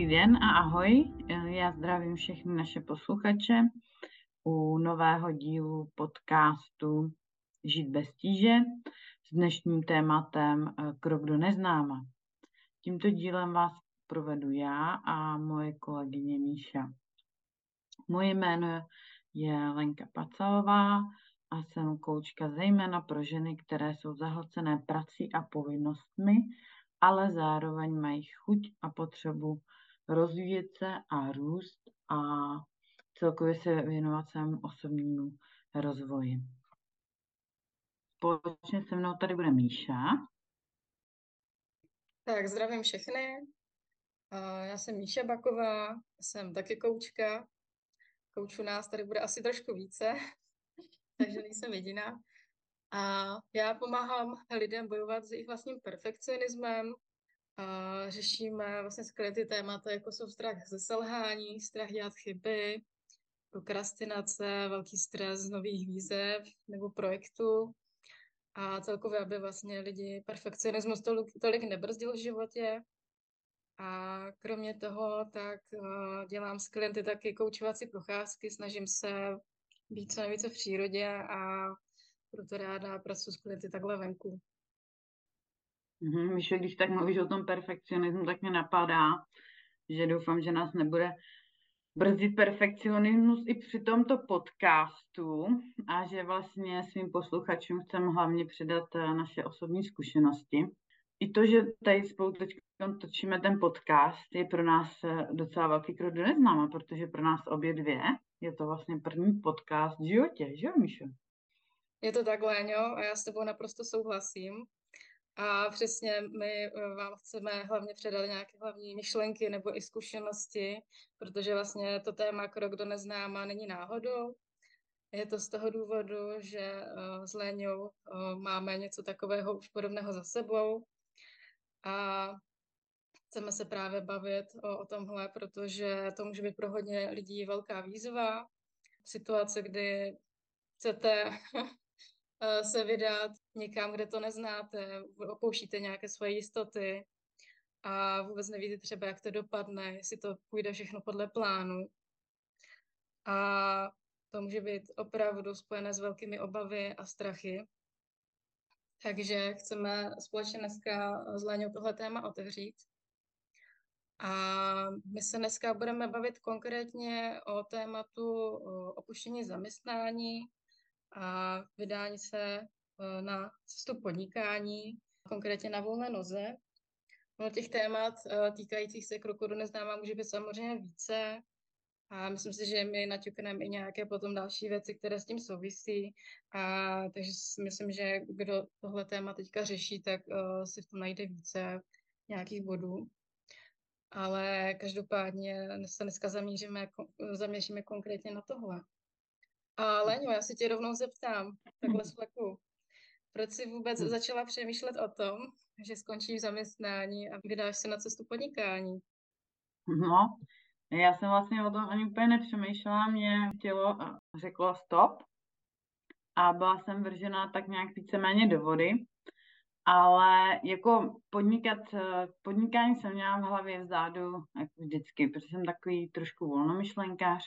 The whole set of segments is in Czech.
den a ahoj, já zdravím všechny naše posluchače u nového dílu podcastu Žít bez tíže s dnešním tématem Krok do neznáma. Tímto dílem vás provedu já a moje kolegyně Míša. Moje jméno je Lenka Pacalová a jsem koučka zejména pro ženy, které jsou zahlcené prací a povinnostmi, ale zároveň mají chuť a potřebu rozvíjet se a růst a celkově se věnovat svému osobnímu rozvoji. Společně se mnou tady bude Míša. Tak zdravím všechny. Já jsem Míša Baková, jsem taky koučka. Koučů nás tady bude asi trošku více, takže nejsem jediná. A já pomáhám lidem bojovat s jejich vlastním perfekcionismem. Řešíme vlastně skvělé ty témata, jako jsou strach ze selhání, strach dělat chyby, prokrastinace, velký stres z nových výzev nebo projektů. A celkově, aby vlastně lidi perfekcionismus tolik nebrzdil v životě. A kromě toho, tak dělám s klienty taky koučovací procházky, snažím se být co nejvíce v přírodě a proto ráda pracuji s klienty takhle venku. Míšo, když tak mluvíš o tom perfekcionismu, tak mě napadá, že doufám, že nás nebude brzdit perfekcionismus i při tomto podcastu a že vlastně svým posluchačům chcem hlavně předat naše osobní zkušenosti. I to, že tady spolu teď točíme ten podcast, je pro nás docela velký krok do neznáma, protože pro nás obě dvě je to vlastně první podcast v životě, že jo, Míšo? Je to tak, Léňo, a já s tebou naprosto souhlasím. A přesně my vám chceme hlavně předat nějaké hlavní myšlenky nebo i zkušenosti, protože vlastně to téma Krok do neznáma není náhodou. Je to z toho důvodu, že s Léňou máme něco takového už podobného za sebou. A chceme se právě bavit o tomhle, protože to může být pro hodně lidí velká výzva. Situace, kdy chcete se vydat někam, kde to neznáte, opouštíte nějaké svoje jistoty a vůbec nevíte třeba, jak to dopadne, jestli to půjde všechno podle plánu. A to může být opravdu spojené s velkými obavy a strachy. Takže chceme společně dneska s Léňou tohle téma otevřít. A my se dneska budeme bavit konkrétně o tématu opuštění zaměstnání a vydání se na cestu podnikání, konkrétně na volné noze. No, těch témat týkajících se kroku do neznáma může být samozřejmě více a myslím si, že my naťukneme i nějaké potom další věci, které s tím souvisí. Takže si myslím, že kdo tohle téma teďka řeší, tak si v tom najde více nějakých bodů. Ale každopádně se dneska zaměříme konkrétně na tohle. A Léňo, já se tě rovnou zeptám, takhle z fleku. Proč jsi vůbec začala přemýšlet o tom, že skončíš zaměstnání a vydáš se na cestu podnikání? No, já jsem vlastně o tom ani úplně nepřemýšlela, mě tělo řeklo stop a byla jsem vržená tak nějak víceméně do vody. Ale jako podnikání jsem měla v hlavě vzadu jako vždycky, protože jsem takový trošku volnomyšlenkář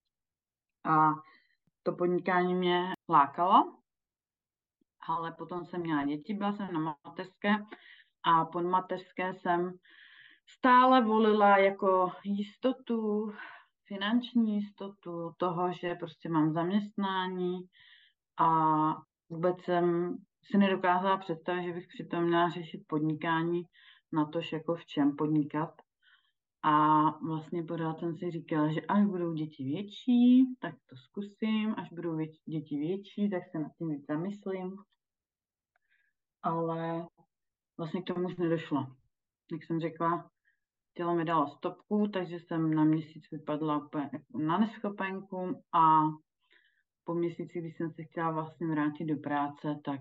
a to podnikání mě lákalo, ale potom jsem měla děti, byla jsem na mateřské a po mateřské jsem stále volila jako jistotu, finanční jistotu toho, že prostě mám zaměstnání a vůbec jsem si nedokázala představit, že bych přitom měla řešit podnikání, natož jako v čem podnikat. A vlastně pořád jsem si říkala, že až budou děti větší, tak to zkusím, až budou děti větší, tak se nad tím víc zamyslím. Ale vlastně k tomu už nedošlo. Jak jsem řekla, tělo mi dalo stopku, takže jsem na měsíc vypadla úplně na neschopenku a po měsíci, když jsem se chtěla vlastně vrátit do práce, tak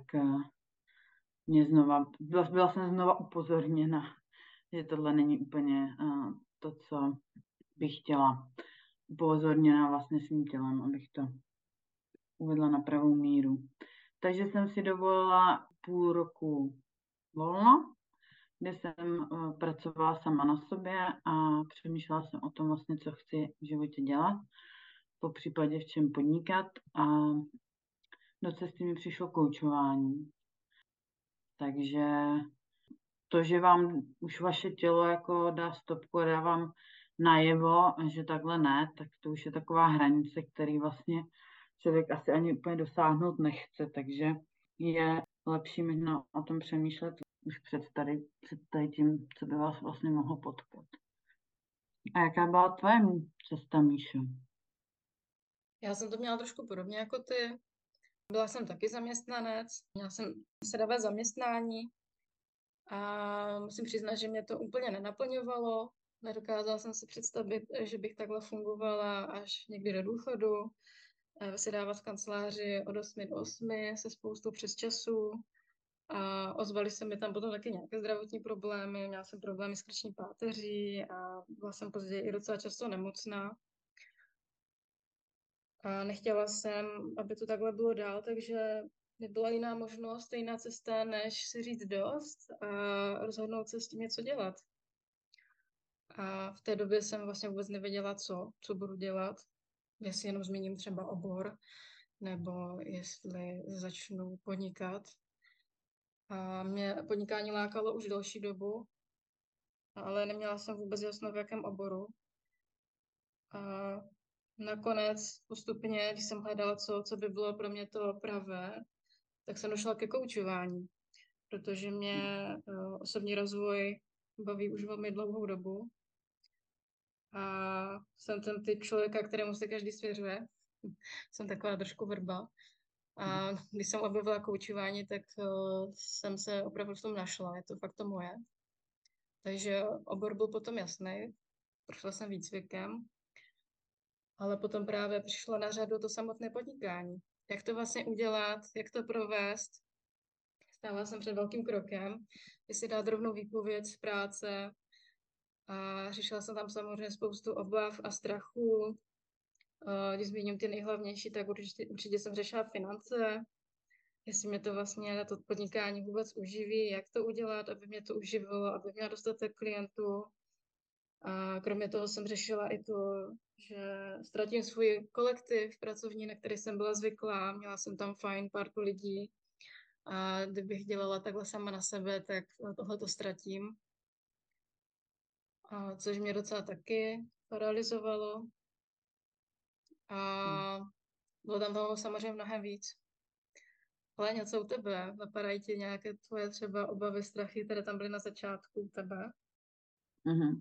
byla jsem znova upozorněna, že tohle není úplně to, co bych chtěla. Upozorněna vlastně svým tělem, abych to uvedla na pravou míru. Takže jsem si dovolila půl roku volno, kde jsem pracovala sama na sobě a přemýšlela jsem o tom vlastně, co chci v životě dělat, po případě v čem podnikat a do cesty mi přišlo koučování. Takže to, že vám už vaše tělo jako dá stopku a dá vám najevo, že takhle ne, tak to už je taková hranice, který vlastně člověk asi ani úplně dosáhnout nechce, takže je lepší možná o tom přemýšlet už před tady tím, co by vás vlastně mohlo potkat. A jaká byla tvoje cesta, Míšo? Já jsem to měla trošku podobně jako ty. Byla jsem taky zaměstnanec, měla jsem sedavé zaměstnání a musím přiznat, že mě to úplně nenaplňovalo. Nedokázala jsem si představit, že bych takhle fungovala až někdy do důchodu. Vysedávat v kanceláři od 8 do 8 se spoustou přesčasů. A ozvaly se mi tam potom taky nějaké zdravotní problémy. Měla jsem problémy s krční páteří a byla jsem později i docela často nemocná. A nechtěla jsem, aby to takhle bylo dál, takže nebyla jiná možnost, jiná cesta, než si říct dost a rozhodnout se s tím něco dělat. A v té době jsem vlastně vůbec nevěděla, co budu dělat, jestli jenom změním třeba obor, nebo jestli začnu podnikat. A mě podnikání lákalo už delší dobu, ale neměla jsem vůbec jasno, v jakém oboru. A nakonec postupně, když jsem hledala, co by bylo pro mě to pravé, tak jsem došla ke koučování, protože mě osobní rozvoj baví už velmi dlouhou dobu. A jsem ten typ člověka, kterému se každý svěřuje. Jsem taková trošku vrba. A když jsem objevila koučování, tak jsem se opravdu v tom našla. Je to fakt to moje. Takže obor byl potom jasný. Prošla jsem výcvikem. Ale potom právě přišlo na řadu to samotné podnikání. Jak to vlastně udělat, jak to provést. Stála jsem před velkým krokem, jestli dát rovnou výpověď z práce. A řešila jsem tam samozřejmě spoustu obav a strachu. Když zmíním ty nejhlavnější, tak určitě jsem řešila finance, jestli mě to vlastně to podnikání vůbec uživí, jak to udělat, aby mě to uživilo, aby měla dostatek klientů. A kromě toho jsem řešila i to, že ztratím svůj kolektiv pracovní, na který jsem byla zvyklá. Měla jsem tam fajn partu lidí. A kdybych dělala takhle sama na sebe, tak tohle to ztratím. A což mě docela taky paralyzovalo. A bylo tam toho samozřejmě mnohem víc. Ale něco u tebe? Napadají ti nějaké tvoje třeba obavy, strachy, které tam byly na začátku u tebe? Mhm.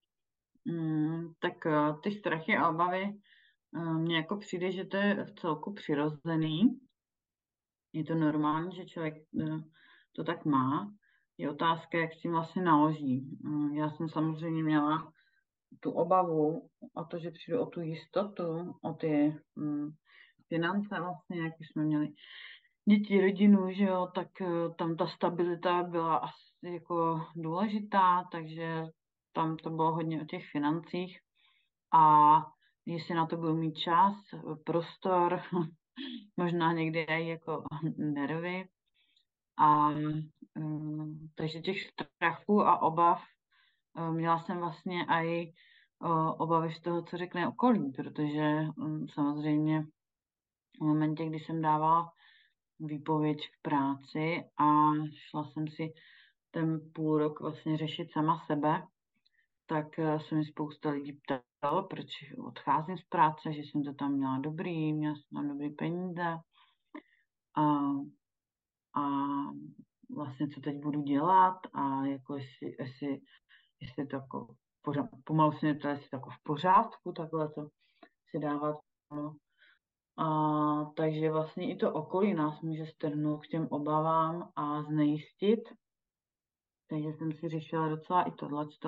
Tak ty strachy a obavy, mně jako přijde, že to je v celku přirozený. Je to normální, že člověk to tak má. Je otázka, jak s tím vlastně naloží. Já jsem samozřejmě měla tu obavu o to, že přijdu o tu jistotu, o ty finance vlastně, jak jsme měli děti, rodinu, že jo, tak tam ta stabilita byla asi jako důležitá, takže tam to bylo hodně o těch financích a jestli na to budu mít čas, prostor, možná někdy i jako nervy. A takže těch strachů a obav měla jsem vlastně i obavy z toho, co řekne okolí, protože samozřejmě v momentě, kdy jsem dávala výpověď v práci a šla jsem si ten půl rok vlastně řešit sama sebe, tak se mi spousta lidí ptalo, proč odcházím z práce, že jsem to tam měla dobrý, měla jsem tam dobrý peníze a, a vlastně co teď budu dělat a jako jestli to jako pomalu se mě ptali, jestli to jako v pořádku, takhle to si dávat. No. A takže vlastně i to okolí nás může strhnout k těm obavám a znejistit. Takže jsem si řešila docela i tohleto.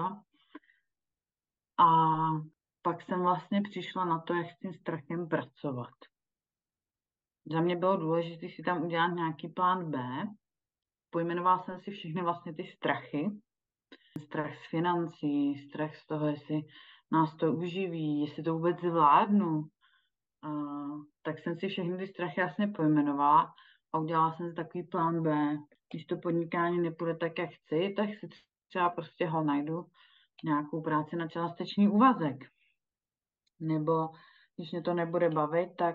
A pak jsem vlastně přišla na to, jak s tím strachem pracovat. Za mě bylo důležité si tam udělat nějaký plán B. Pojmenovala jsem si všechny vlastně ty strachy. Strach z financí, strach z toho, jestli nás to uživí, jestli to vůbec zvládnu. Tak jsem si všechny ty strachy jasně pojmenovala a udělala jsem si takový plán B. Když to podnikání nepůjde tak, jak chci, tak si třeba prostě ho najdu nějakou práci na částečný úvazek. Nebo když mě to nebude bavit, tak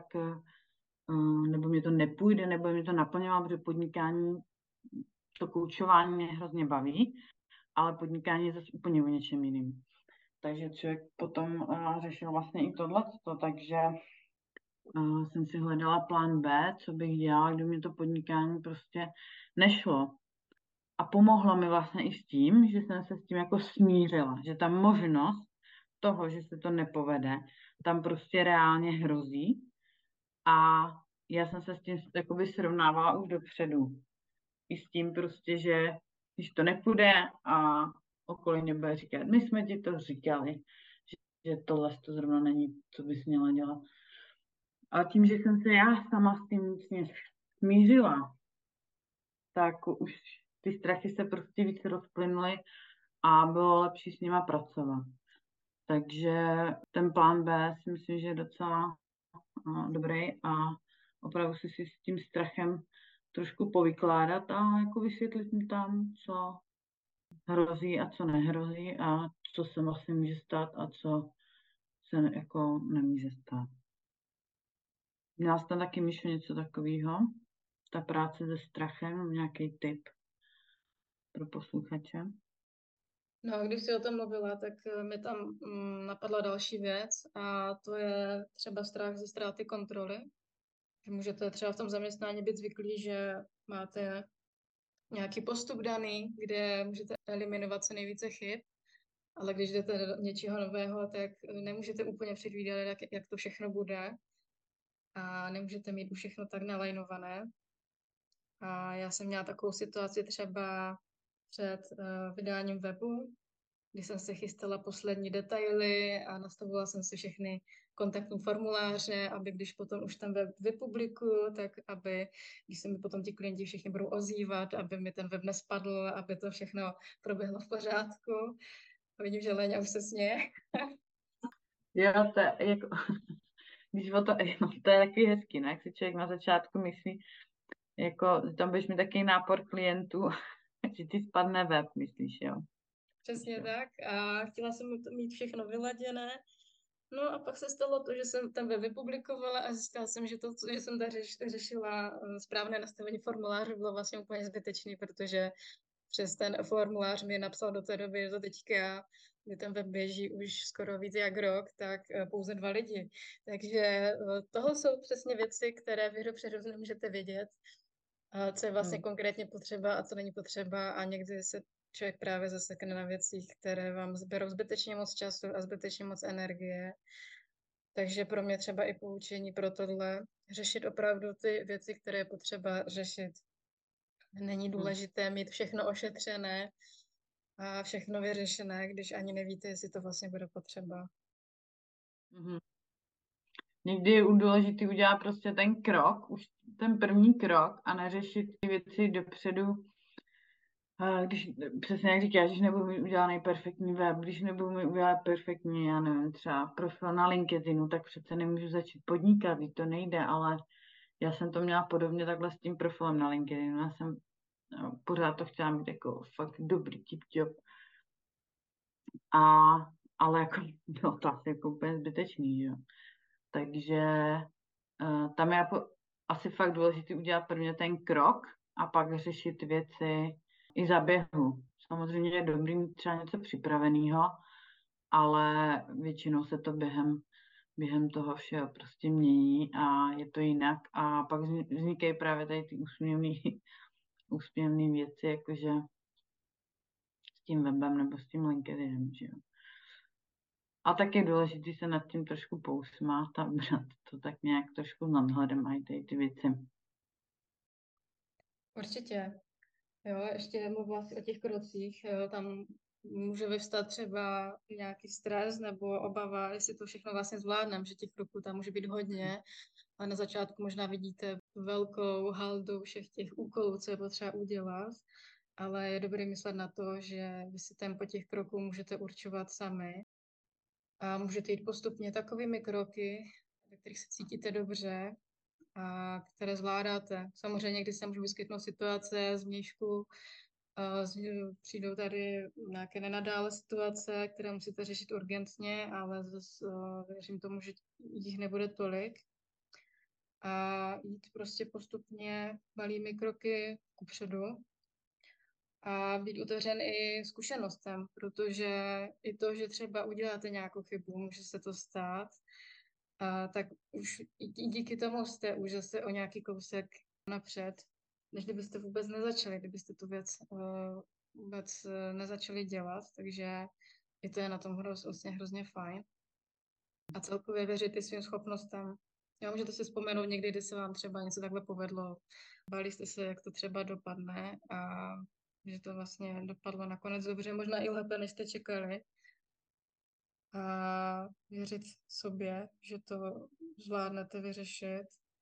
nebo mě to nepůjde, nebo mě to naplňovat, protože podnikání, to koučování mě hrozně baví, ale podnikání je zase úplně o něčem jiným. Takže člověk potom řešil vlastně i tohleto, takže jsem si hledala plán B, co bych dělala, kdyby mě to podnikání prostě nešlo. A pomohlo mi vlastně i s tím, že jsem se s tím jako smířila, že ta možnost toho, že se to nepovede, tam prostě reálně hrozí. A já jsem se s tím jakoby srovnávala už dopředu. I s tím prostě, že když to nepůjde a okolí mě bude říkat, my jsme ti to říkali, že tohle to zrovna není, co bys měla dělat. A tím, že jsem se já sama s tím vnitřně smířila, tak už ty strachy se prostě víc rozplynuly a bylo lepší s nima pracovat. Takže ten plán B si myslím, že je docela dobrý a opravdu si s tím strachem trošku povykládat a jako vysvětlit mi tam, co hrozí a co nehrozí a co se vlastně může stát a co se jako nemůže stát. Měla jsi tam taky, Míšo, něco takového? Ta práce se strachem, nějaký tip pro posluchače? No, když jsi o tom mluvila, tak mi tam napadla další věc a to je třeba strach ze ztráty kontroly. Že můžete třeba v tom zaměstnání být zvyklí, že máte nějaký postup daný, kde můžete eliminovat co nejvíce chyb, ale když jdete do něčeho nového, tak nemůžete úplně předvídat, jak to všechno bude a nemůžete mít už všechno tak nalajnované. A já jsem měla takovou situaci třeba před vydáním webu, kdy jsem se chystala poslední detaily a nastavovala jsem si všechny kontaktní formuláře, aby když potom už ten web vypublikuju, tak aby, když se mi potom ti klienti všichni budou ozývat, aby mi ten web nespadl, aby to všechno proběhlo v pořádku. A vidím, že Léňa už se směje. Jo, to je jako, když o to, no, to je taky hezký, ne? Jak si člověk na začátku myslí, jako tam budeš mít taky nápor klientů, že ti spadne web, myslíš, jo? Přesně Jo. tak. A chtěla jsem mít všechno vyladěné. No a pak se stalo to, že jsem tam web vypublikovala a zjistila jsem, že to, že jsem tady řešila správné nastavení formuláře, bylo vlastně úplně zbytečný, protože přes ten formulář mi napsal do té doby, že to teďka, kdy ten web běží už skoro víc jak rok, tak pouze 2 lidi. Takže tohle jsou přesně věci, které vy dopředu nemůžete vědět, co je vlastně konkrétně potřeba a co není potřeba a někdy se člověk právě zasekne na věcích, které vám zberou zbytečně moc času a zbytečně moc energie. Takže pro mě třeba i poučení pro tohle, řešit opravdu ty věci, které je potřeba řešit. Není důležité mít všechno ošetřené a všechno vyřešené, když ani nevíte, jestli to vlastně bude potřeba. Mm-hmm. Někdy je důležité udělat prostě ten krok, už ten první krok a neřešit ty věci dopředu. Když, přesně jak říkáš, když nebudu mít udělaný perfektní web, když nebudu mít udělat perfektní, já nevím, třeba profil na LinkedInu, tak přece nemůžu začít podnikat, když to nejde, ale já jsem to měla podobně takhle s tím profilem na LinkedInu. Já jsem pořád to chtěla mít jako fakt dobrý tip-top. Ale jako bylo to asi jako úplně zbytečný, že jo. Takže tam je asi fakt důležité udělat prvně ten krok a pak řešit věci i za běhu. Samozřejmě je dobrý mít třeba něco připraveného, ale většinou se to během toho všeho prostě mění a je to jinak a pak vznikají právě tady ty úsměvné věci, jakože s tím webem nebo s tím LinkedInem, že jo. A tak je důležité se nad tím trošku pousmát a brát to tak nějak trošku s nadhledem a i ty věci. Určitě. Jo, ještě mluvila si o těch krocích. Jo, tam může vyvstat třeba nějaký stres nebo obava, jestli to všechno vlastně zvládnem, že těch kroků tam může být hodně. A na začátku možná vidíte velkou haldu všech těch úkolů, co je potřeba udělat, ale je dobré myslet na to, že vy si tempo těch kroků můžete určovat sami a můžete jít postupně takovými kroky, ve kterých se cítíte dobře a které zvládáte. Samozřejmě, když se můžou vyskytnout situace z vnějšku, Přijdou tady nějaké nenadále situace, které musíte řešit urgentně, ale zase věřím tomu, že jich nebude tolik. A jít prostě postupně malými kroky kupředu a být otevřen i zkušenostem, protože i to, že třeba uděláte nějakou chybu, může se to stát, tak už i díky tomu jste už zase o nějaký kousek napřed, než kdybyste vůbec nezačali, kdybyste tu věc vůbec nezačali dělat, takže i to je na tom vlastně hrozně fajn. A celkově věřit i svým schopnostem. Jo, můžete si vzpomenout někdy, kdy se vám třeba něco takhle povedlo, báli jste se, jak to třeba dopadne a že to vlastně dopadlo nakonec dobře, možná i lépe, než jste čekali. A věřit sobě, že to zvládnete vyřešit.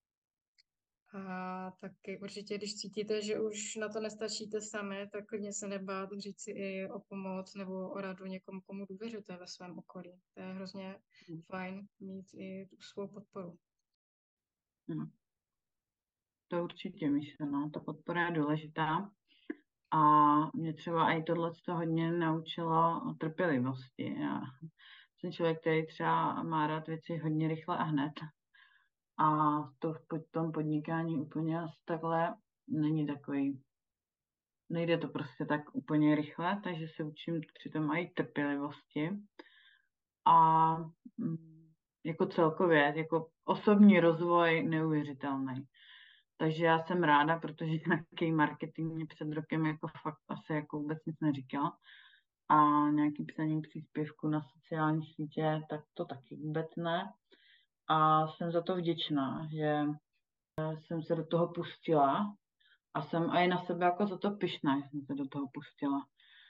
A taky určitě, když cítíte, že už na to nestačíte sami, tak klidně se nebát říct si i o pomoc nebo o radu někomu, komu důvěřujete ve svém okolí. To je hrozně fajn mít i tu svou podporu. No, to určitě myslím, no. Ta podpora je důležitá. A mě třeba i tohle hodně naučilo trpělivosti. Já jsem člověk, který třeba má rád věci hodně rychle a hned. A to v tom podnikání úplně asi takhle není takový. Nejde to prostě tak úplně rychle, takže se učím přitom i trpělivosti. A jako celkově, jako osobní rozvoj neuvěřitelný. Takže já jsem ráda, protože nějaký marketing mě před rokem jako fakt asi jako vůbec nic neříkal. A nějaký psaní příspěvku na sociální sítě, tak to taky vůbec ne. A jsem za to vděčná, že jsem se do toho pustila a jsem i na sebe jako za to pyšná, že jsem se do toho pustila.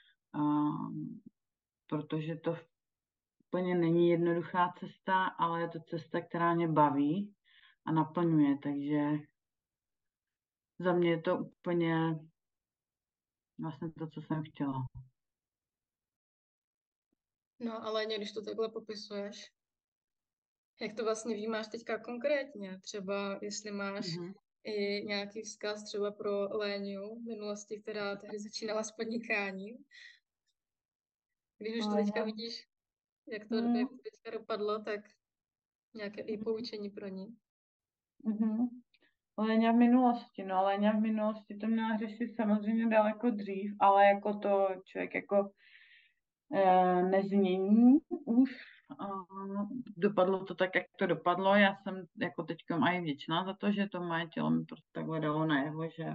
Protože to úplně není jednoduchá cesta, ale je to cesta, která mě baví a naplňuje, takže za mě je to úplně vlastně to, co jsem chtěla. No ale když to takhle popisuješ, jak to vlastně vnímáš teďka konkrétně? Třeba jestli máš i nějaký vzkaz třeba pro Léňu v minulosti, která tehdy začínala s podnikáním. Když už to teďka vidíš, jak to teďka dopadlo, tak nějaké i poučení pro ní. Léňa v minulosti, no Léňa v minulosti to měla řešit samozřejmě daleko dřív, ale jako to člověk jako nezmění už. Dopadlo to tak, jak to dopadlo. Já jsem jako teďkom aj vděčná za to, že to moje tělo mi prostě takhle dalo najevo, že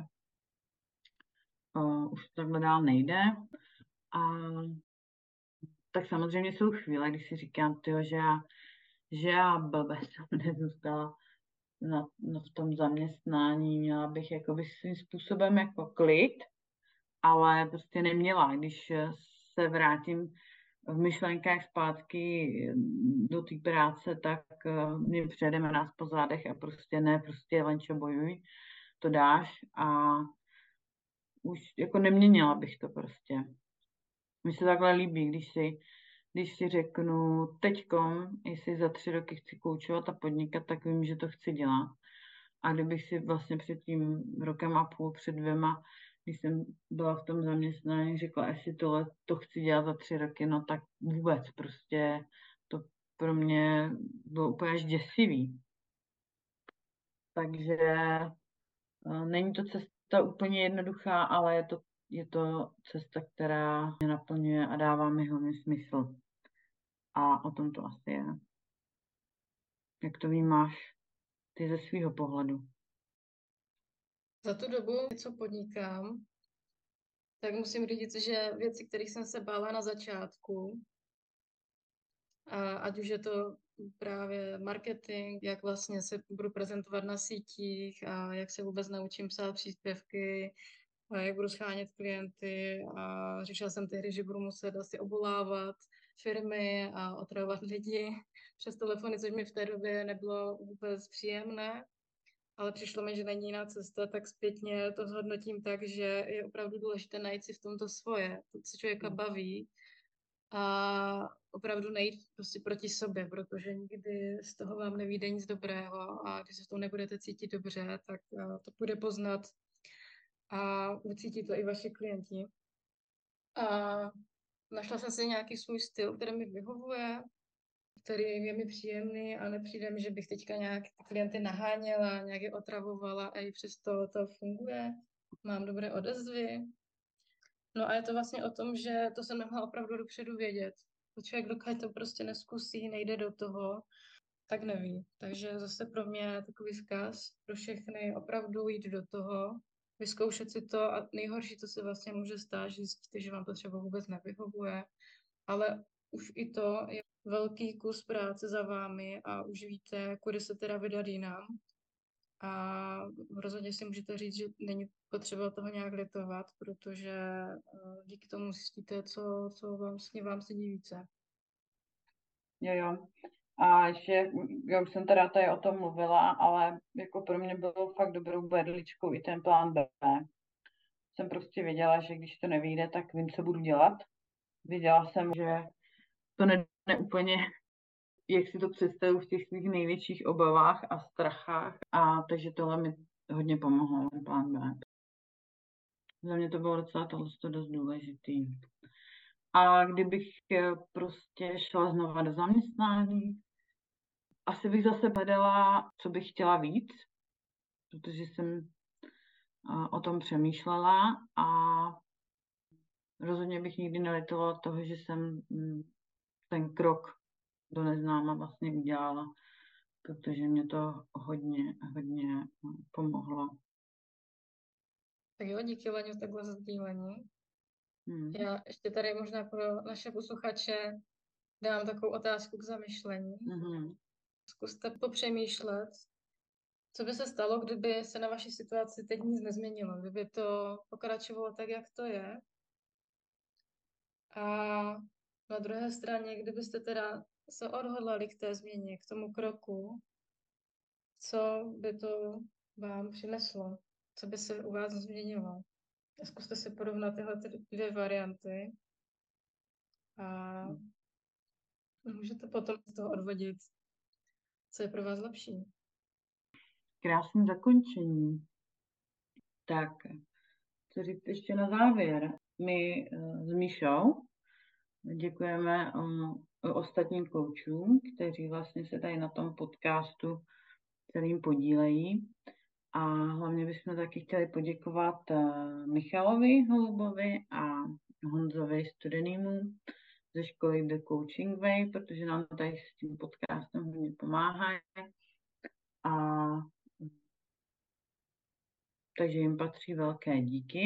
už takhle dál nejde. A tak samozřejmě jsou chvíle, když si říkám, tyjo, že já blbě jsem nezůstala v tom zaměstnání, měla bych jakoby svým způsobem jako klid, ale prostě neměla. Když se vrátím v myšlenkách zpátky do té práce, tak mě přejede nás po zádech a prostě ne, prostě Lenčo, bojuj, to dáš a už jako neměnila bych to prostě. Mně se takhle líbí, když si řeknu teďkom, jestli za 3 roky chci koučovat a podnikat, tak vím, že to chci dělat. A kdybych si vlastně před tím rokem a půl, před 2, když jsem byla v tom zaměstnání, řekla, jestli tohle to chci dělat za 3 roky, no tak vůbec prostě to pro mě bylo úplně až děsivý. Takže není to cesta úplně jednoduchá, ale je to cesta, která mě naplňuje a dává mi hlavně smysl. A o tom to asi je. Jak to vnímáš ty ze svého pohledu? Za tu dobu, co podnikám, tak musím říct, že věci, kterých jsem se bála na začátku, ať už je to právě marketing, jak vlastně se budu prezentovat na sítích a jak se vůbec naučím psát příspěvky, a jak budu schánět klienty a řešila jsem tehdy, že budu muset asi obvolávat firmy a otravovat lidi přes telefony, což mi v té době nebylo vůbec příjemné, ale přišlo mi, že není jiná cesta, tak zpětně to zhodnotím tak, že je opravdu důležité najít si v tomto svoje, to, co člověka baví a opravdu nejít prostě proti sobě, protože nikdy z toho vám nevyjde nic dobrého a když se v tom nebudete cítit dobře, tak to bude poznat a ucítí to i vaši klienti. A našla jsem si nějaký svůj styl, který mi vyhovuje, který je mi příjemný a nepřijde mi, že bych teďka nějak ty klienty naháněla, nějak je otravovala a i přesto to funguje. Mám dobré odezvy. No a je to vlastně o tom, že to jsem nemohla opravdu dopředu vědět. Člověk, dokud to prostě neskusí, nejde do toho, tak neví. Takže zase pro mě takový vzkaz pro všechny, opravdu jít do toho, vyzkoušet si to a nejhorší, co se vlastně může stát, že zjistíte, že vám to třeba vůbec nevyhovuje, ale už i to je velký kus práce za vámi a už víte, kudy se teda vydat jinam. A rozhodně si můžete říct, že není potřeba toho nějak litovat, protože díky tomu zjistíte, co vám sedí více. Jo, jo. A ještě, já už jsem teda tady o tom mluvila, ale jako pro mě bylo fakt dobrou berličkou i ten plán B. Jsem prostě věděla, že když to nevyjde, tak vím, co budu dělat. Věděla jsem, že to ne úplně, jak si to představuji v těch svých největších obavách a strachách. A takže tohle mi hodně pomohlo, ten plán B. Za mě to bylo docela tohle dost důležitý. A kdybych prostě šla znova do zaměstnání, asi bych zase hledala, co bych chtěla víc, protože jsem o tom přemýšlela a rozhodně bych nikdy nelitovala toho, že jsem ten krok do neznáma vlastně udělala, protože mě to hodně pomohlo. Tak jo, díky Leňu takhle za sdílení. Hmm. Já ještě tady možná pro naše posluchače dám takovou otázku k zamyšlení. Mm-hmm. Zkuste popřemýšlet, co by se stalo, kdyby se na vaší situaci teď nic nezměnilo, kdyby to pokračovalo tak, jak to je. A na druhé straně, kdybyste teda se odhodlali k té změně, k tomu kroku, co by to vám přineslo, co by se u vás změnilo. A zkuste si porovnat tyhle dvě varianty a můžete potom z toho odvodit, co je pro vás lepší. Krásné zakončení. Tak, co říct ještě na závěr? My s Míšou děkujeme ostatním koučům, kteří vlastně se tady na tom podcastu celým podílejí. A hlavně bychom taky chtěli poděkovat Michalovi Holubovi a Honzovi Studenýmu ze školy The Coaching Way, protože nám tady s tím podcastem hodně pomáhají. A takže jim patří velké díky.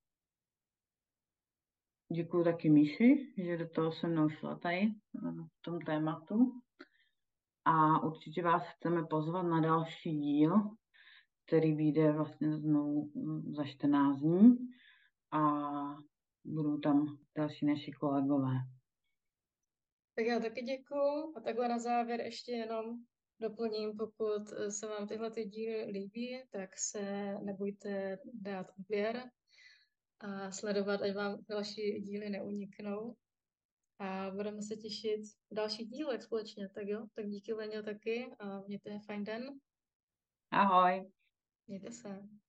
Děkuji taky Míši, že do toho se mnou šla tady v tom tématu. A určitě vás chceme pozvat na další díl, který vyjde vlastně znovu za 14 dní a budou tam další naši kolegové. Tak já taky děkuju a takhle na závěr ještě jenom doplním, pokud se vám tyhle ty díly líbí, tak se nebojte dát odběr a sledovat, ať vám další díly neuniknou. A budeme se těšit v dalších dílech společně. Tak jo, tak díky Leňo taky a mějte fajn den. Ahoj. Mějte se.